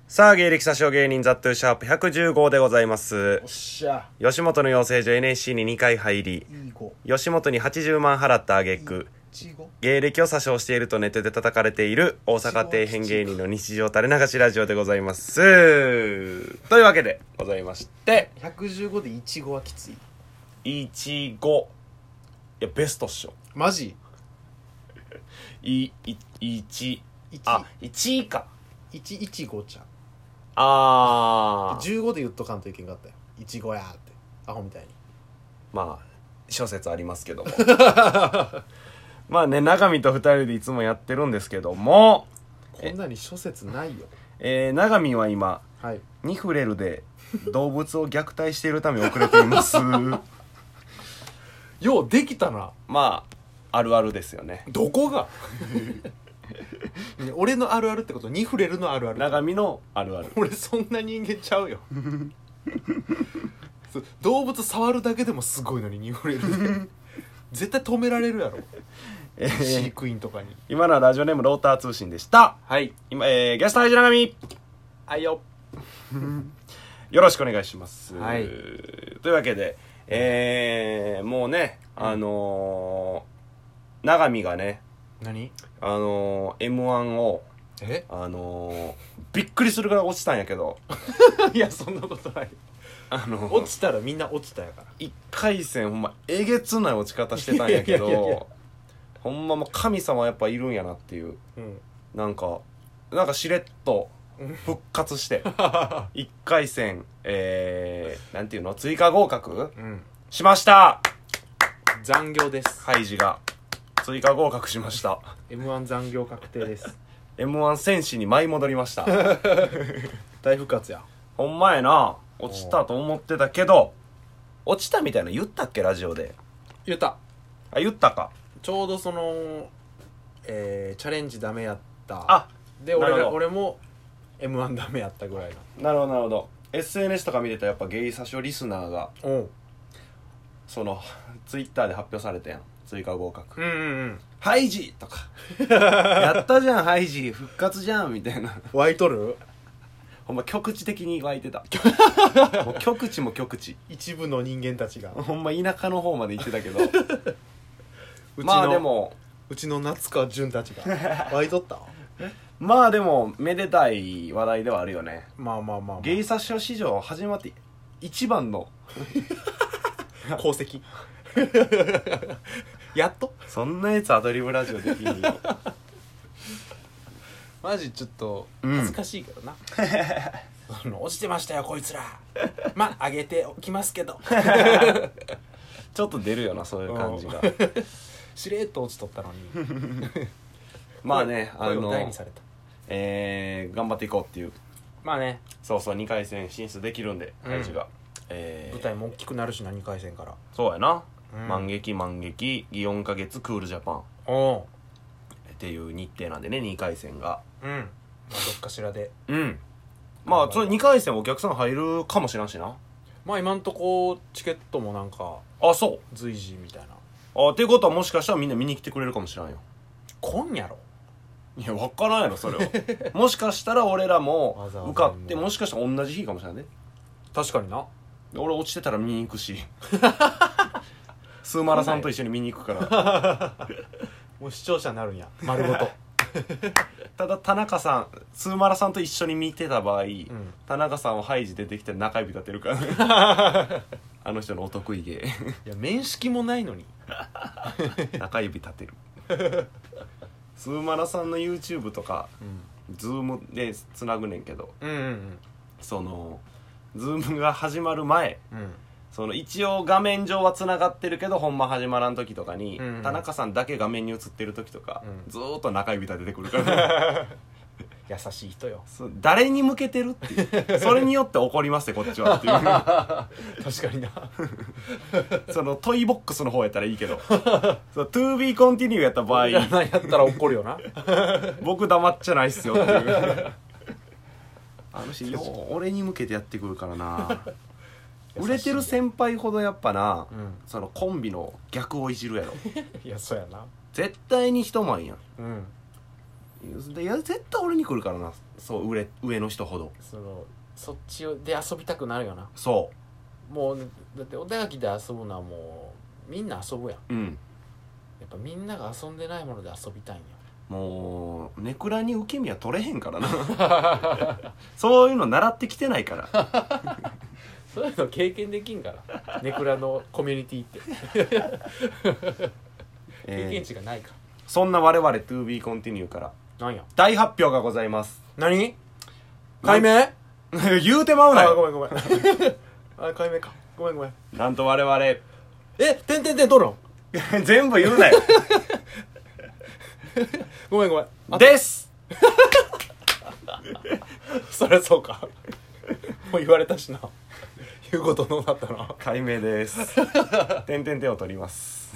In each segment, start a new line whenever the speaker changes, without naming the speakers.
さあ芸歴詐称芸人ザットゥーシャープ115でございます。
おっしゃ
吉本の養成所 NSC に2回入り、
いい子
吉本に80万払った挙句芸歴を詐称しているとネットで叩かれている大阪底辺芸人の日常垂れ流しラジオでございます。というわけでございまして、
115でイチゴはきつい。
15、いやベストっしょ。
マジ
1あ1位か。
115ちゃん
15
で言っとかんといけんかったよ。イチゴやーってアホみたいに。
まあ諸説ありますけどもまあね、永見と2人でいつもやってるんですけども、
こんなに諸説ないよ。
永見は今
はい
ニフレルで動物を虐待しているため遅れています
ようできたな。
まああるあるですよね。
どこが俺のあるあるってこと？ニフレルのあるある。
永見のあるある。
俺そんな人間ちゃうよ動物触るだけでもすごいのにニフレル絶対止められるやろ、飼育員とかに。
今のはラジオネームローター通信でした。
はい
今、ゲストは永見
はいよ
よろしくお願いします。
はい
というわけで、もうね、永見がね、
何
M1 をびっくりするぐらい落ちたんやけど
いやそんなことない。落ちたらみんな落ちたやから。
1回戦ほんまえげつない落ち方してたんやけ
いやいやいや
ど、ほんまもう神様やっぱいるんやなっていう、なんかしれっと復活して1回戦なんていうの、追加合格、しました。
残業です。
ハイジが追加合格しました。
M1 残業確定です。
M1 戦士に舞い戻りました
大復活や。
ほんまやな。落ちたと思ってたけど、落ちたみたいな言ったっけラジオで。
言った。
言ったか。
ちょうどそのチャレンジダメやった
あ
で、俺も M1 ダメやったぐらいの。
なるほどなるほど。 SNS とか見てたらやっぱゲイサショリスナーがそのツイッターで発表されたやん、追加合格。ハイジとかやったじゃんハイジ復活じゃんみたいな。
湧いとる。
ほんま局地的に湧いてたもう極地も極地、
一部の人間たちが
ほんま田舎の方まで行ってたけど
うちの
まあでも
うちの夏川潤たちが湧いとった
まあでもめでたい話題ではあるよね。
まあまあまあ、まあ、
ゲイサッショ史上始まって一番の
功績やっと
そんなやつアドリブラジオできんよ
マジちょっと恥ずかしいけどな、落ちてましたよこいつらまああげておきますけど
ちょっと出るよなそういう感じが
しれっと落ちとったのに
まあね、
声を大にされた。
頑張っていこうっていう。
まあね、
そう2回戦進出できるんでハイジが、
舞台も大きくなるしな、2回戦から。
そうやな、満劇4ヶ月クールジャパンっていう日程なんでね、2回戦が
まあどっかしらで
まあそれ2回戦お客さん入るかもしれんしな。
まあ今んとこチケットもなんか
そう
随時みたいな。
っていうことはもしかしたらみんな見に来てくれるかもしれんよ。
今夜ろ。
いや分からんやろそれはもしかしたら俺らも
わざわざ
受かってもしかしたら同じ日かもしれないね。
確かにな。
俺落ちてたら見に行くしスーマラさんと一緒に見に行くから
もう視聴者になるんや丸ごと
ただ田中さんスーマラさんと一緒に見てた場合、田中さんをハイジ出てきて中指立てるからねあの人のお得意芸
いや面識もないのに
中指立てるスーマラさんの YouTube とか、ズームでつなぐねんけど、そのズームが始まる前、その一応画面上はつながってるけどほんま始まらん時とかに、田中さんだけ画面に映ってる時とか、ずーっと中指立ててくるから
優しい人よ。
誰に向けてるっていうそれによって怒りますねこっちはっていう
確かにな
そのトイボックスの方やったらいいけどそう To be continue やった場合
やったら怒るよな
僕黙っちゃないっすよっていうあの人よう俺に向けてやってくるからな売れてる先輩ほどやっぱな、そのコンビの逆をいじるやろ
いやそうやな。
絶対に一晩やん。 いや絶対俺に来るからな、そう上の人ほど。
そっちで遊びたくなるよな。
そ
もうだってお手書きで遊ぶのはもうみんな遊ぶやん。
う。うん。
やっぱみんなが遊んでないもので遊びたいんよ。
もうネクラに受け身は取れへんからなそういうの習ってきてないから
そういうの経験できんからネクラのコミュニティって経験値がないか
そんな我々 To be continue から
なんや
大発表がございます。
何解明
言うてまうなよ。
ごめんあ解明かごめん
なんと我々
てんどるの
全部言うなよ
ごめん
です
そりゃそうかもう言われたしな言うことのだったな。
解明です点々を取ります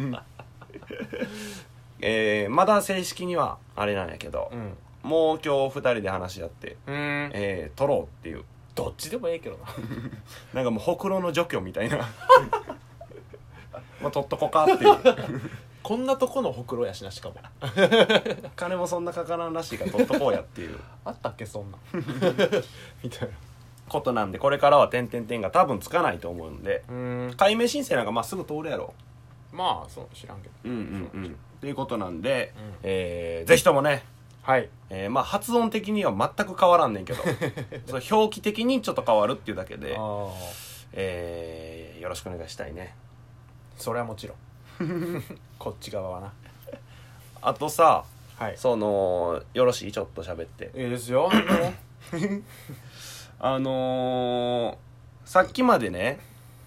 まだ正式にはあれなんやけど、もう今日2人で話し合って、取ろうっていう。
どっちでもええけどな
なんかもうほくろの除去みたいなまあ取っとこかっていう
こんなとこのほくろやしな、しかも
金もそんなかからんらしいから取っとこうやっていう
あったっけそんなみたいな
ことなんで、これからは点々点が多分つかないと思うんで、解明申請なんかまあすぐ通るやろ。
まあそう知らんけど
っていうことなんで、ぜひともね、
はい、
まあ発音的には全く変わらんねんけどそれ表記的にちょっと変わるっていうだけで、よろしくお願いしたいね。
それはもちろんこっち側はな。
あとさ、
はい、
そのよろしい？ちょっと喋って。
いいですよ
さっきまでね、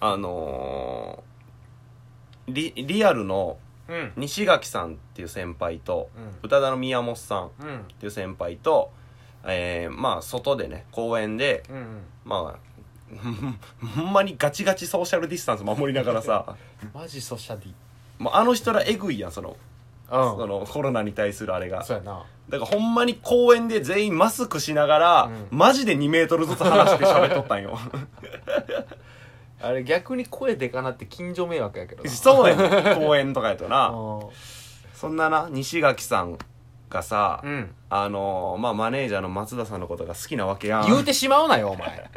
リアルの西垣さんっていう先輩と、宇多田の宮本さんっていう先輩と、まあ外でね公園で、まあほんまにガチガチソーシャルディスタンス守りながらさ
マジソシャディ
もうあの人らエグいやん、そのコロナに対するあれが。
そうやな。
だからほんまに公園で全員マスクしながら、マジで2メートルずつ離して喋っとったんよ
あれ逆に声でかなって近所迷惑やけどな。
そうやね公園とかやとなそんなな西垣さんがさ、まあマネージャーの松田さんのことが好きなわけやん。
言うてしまうなよお前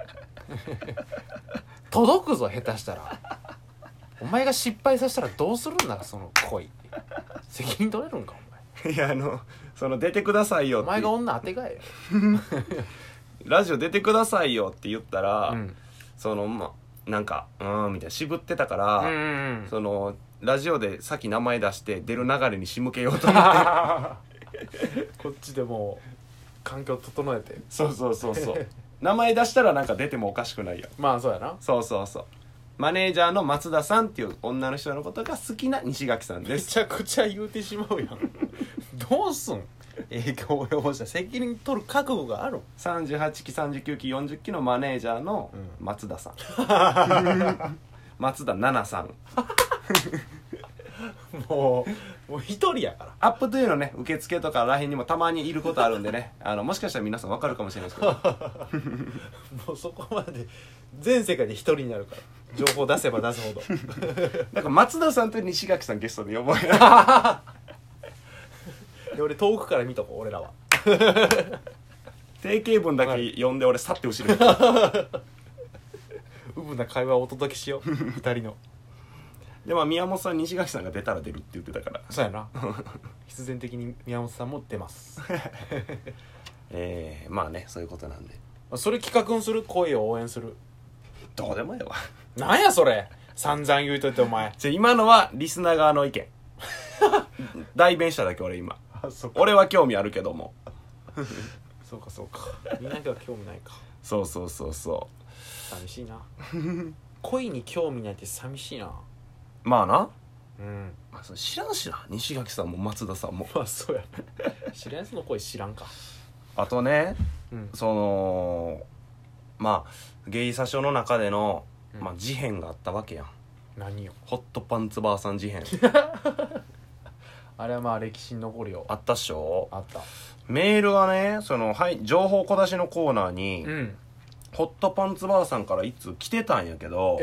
届くぞ下手したら。お前が失敗させたらどうするんだその恋。責任取れるんかお前。
いやその出てくださいよって
お前が女当てがえよ
ラジオ出てくださいよって言ったら、そのまなんかみたいな渋ってたから、そのラジオでさっき名前出して出る流れに仕向けようと思って
こっちでもう環境整えて。
そう名前出したらなんか出てもおかしくないやん。
まあそうやな。
そうマネージャーの松田さんっていう女の人のことが好きな西垣さんです。
めちゃくちゃ言うてしまうやんどうすん影響を及ぼした責任取る覚悟がある。
38期39期40期のマネージャーの松田さん、松田奈々さん
もう一人やから。
アップトゥーのね受付とからへんにもたまにいることあるんでねもしかしたら皆さん分かるかもしれないですけど
もうそこまで全世界で一人になるから情報出せば出すほど
なんか松田さんと西垣さんゲストで呼ぼうや
で俺遠くから見とこう俺らは
定型文だけ読んで俺去って後ろに
うぶな会話をお届けしよう二人の。
でまあ宮本さん西垣さんが出たら出るって言ってたから
そうやな必然的に宮本さんも出ます
まあねそういうことなんで
それ企画にする。声を応援する。
どうでもええわ。
なんやそれ散々言うといてお前。
今のはリスナー側の意見代弁しただけ俺今。俺は興味あるけども
そうかみんなが興味ないか。
そう寂
しいな恋に興味ないって寂しいな。
まあな、
ま
あ、知らんしな西垣さんも松田さんも。
まあそうや知らんやつの恋知らんか。
あとね、そのまあゲイサショの中での、事変があったわけやん。
何よ。
ホットパンツばあさん事変
あれはまあ歴史に残るよ。
あったっしょ。
あった。
メールがね情報小出しのコーナーに、ホットパンツばあさんから一通来てたんやけど、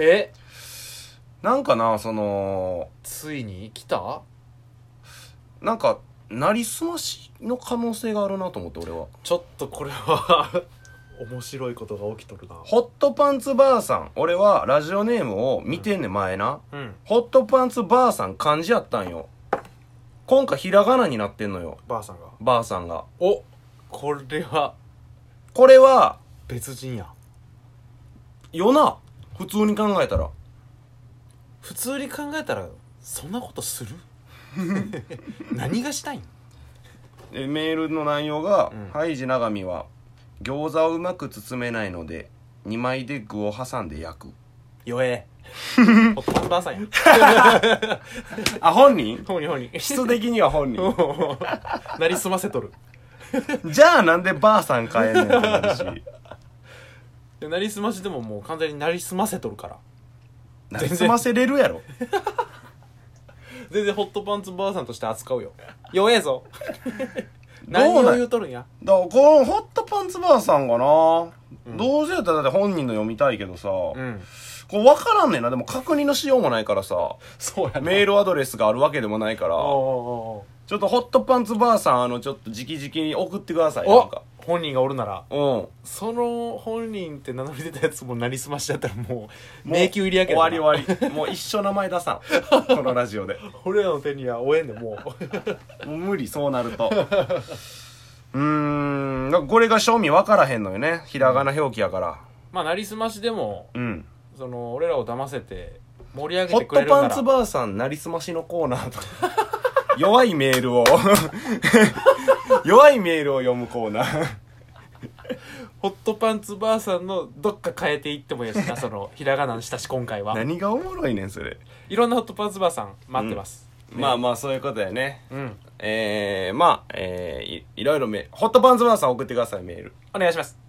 なんかなつ
いに来た。
なんかなりすましの可能性があるなと思って俺は。
ちょっとこれは面白いことが起きとるな。
ホットパンツばあさん、俺はラジオネームを見てんねん前な、ホットパンツばあさん漢字やったんよ。今回ひらがなになってんのよ、
ばあさんが。
ばあさんが。
お、これ
は
別人や
よな、普通に考えたら。
普通に考えたらそんなことする何がしたいん。
メールの内容が「ハイジ長見は餃子をうまく包めないので2枚で具を挟んで焼く」。
弱えホットパンツばあさんや
あ、本人
本人
質的には本人
なりすませとる
じゃあなんでばあさん変えんねんってなるし
なりすましでももう完全になりすませとるから
なりすませれるやろ
全然ホットパンツばあさんとして扱うよ。弱えぞ何を言うとるんや。
だからこのホットパンツばあさんがな、どうせやったらだって本人の読みたいけどさ、これ分からんねんな。でも確認のしようもないからさ、
そうやな、
メールアドレスがあるわけでもないから、ちょっとホットパンツばあさんちょっと直々に送ってください。なんか
本人がおるなら、
そ
の本人って名乗り出たやつもなりすましだったらもう迷宮入りやけど
終わりもう一生名前出さんこのラジオで
俺らの手には負えんでも
う無理、そうなるとこれが正味分からへんのよね、ひらがな表記やから。
まあなりすましでも、その俺らを騙せて盛り上げ
ホッ
てくれるなら。
トパンツばあさんなりすましのコーナーと弱いメールを弱いメールを読むコーナー
ホットパンツばあさんのどっか変えていってもいいしなそのひらがなのしたし今回は
何がおもろいねんそれ。
いろんなホットパンツばあさん待ってます、
まあまあそういうことやね。いろいろホットパンツばあさん送ってください、メール
お願いします。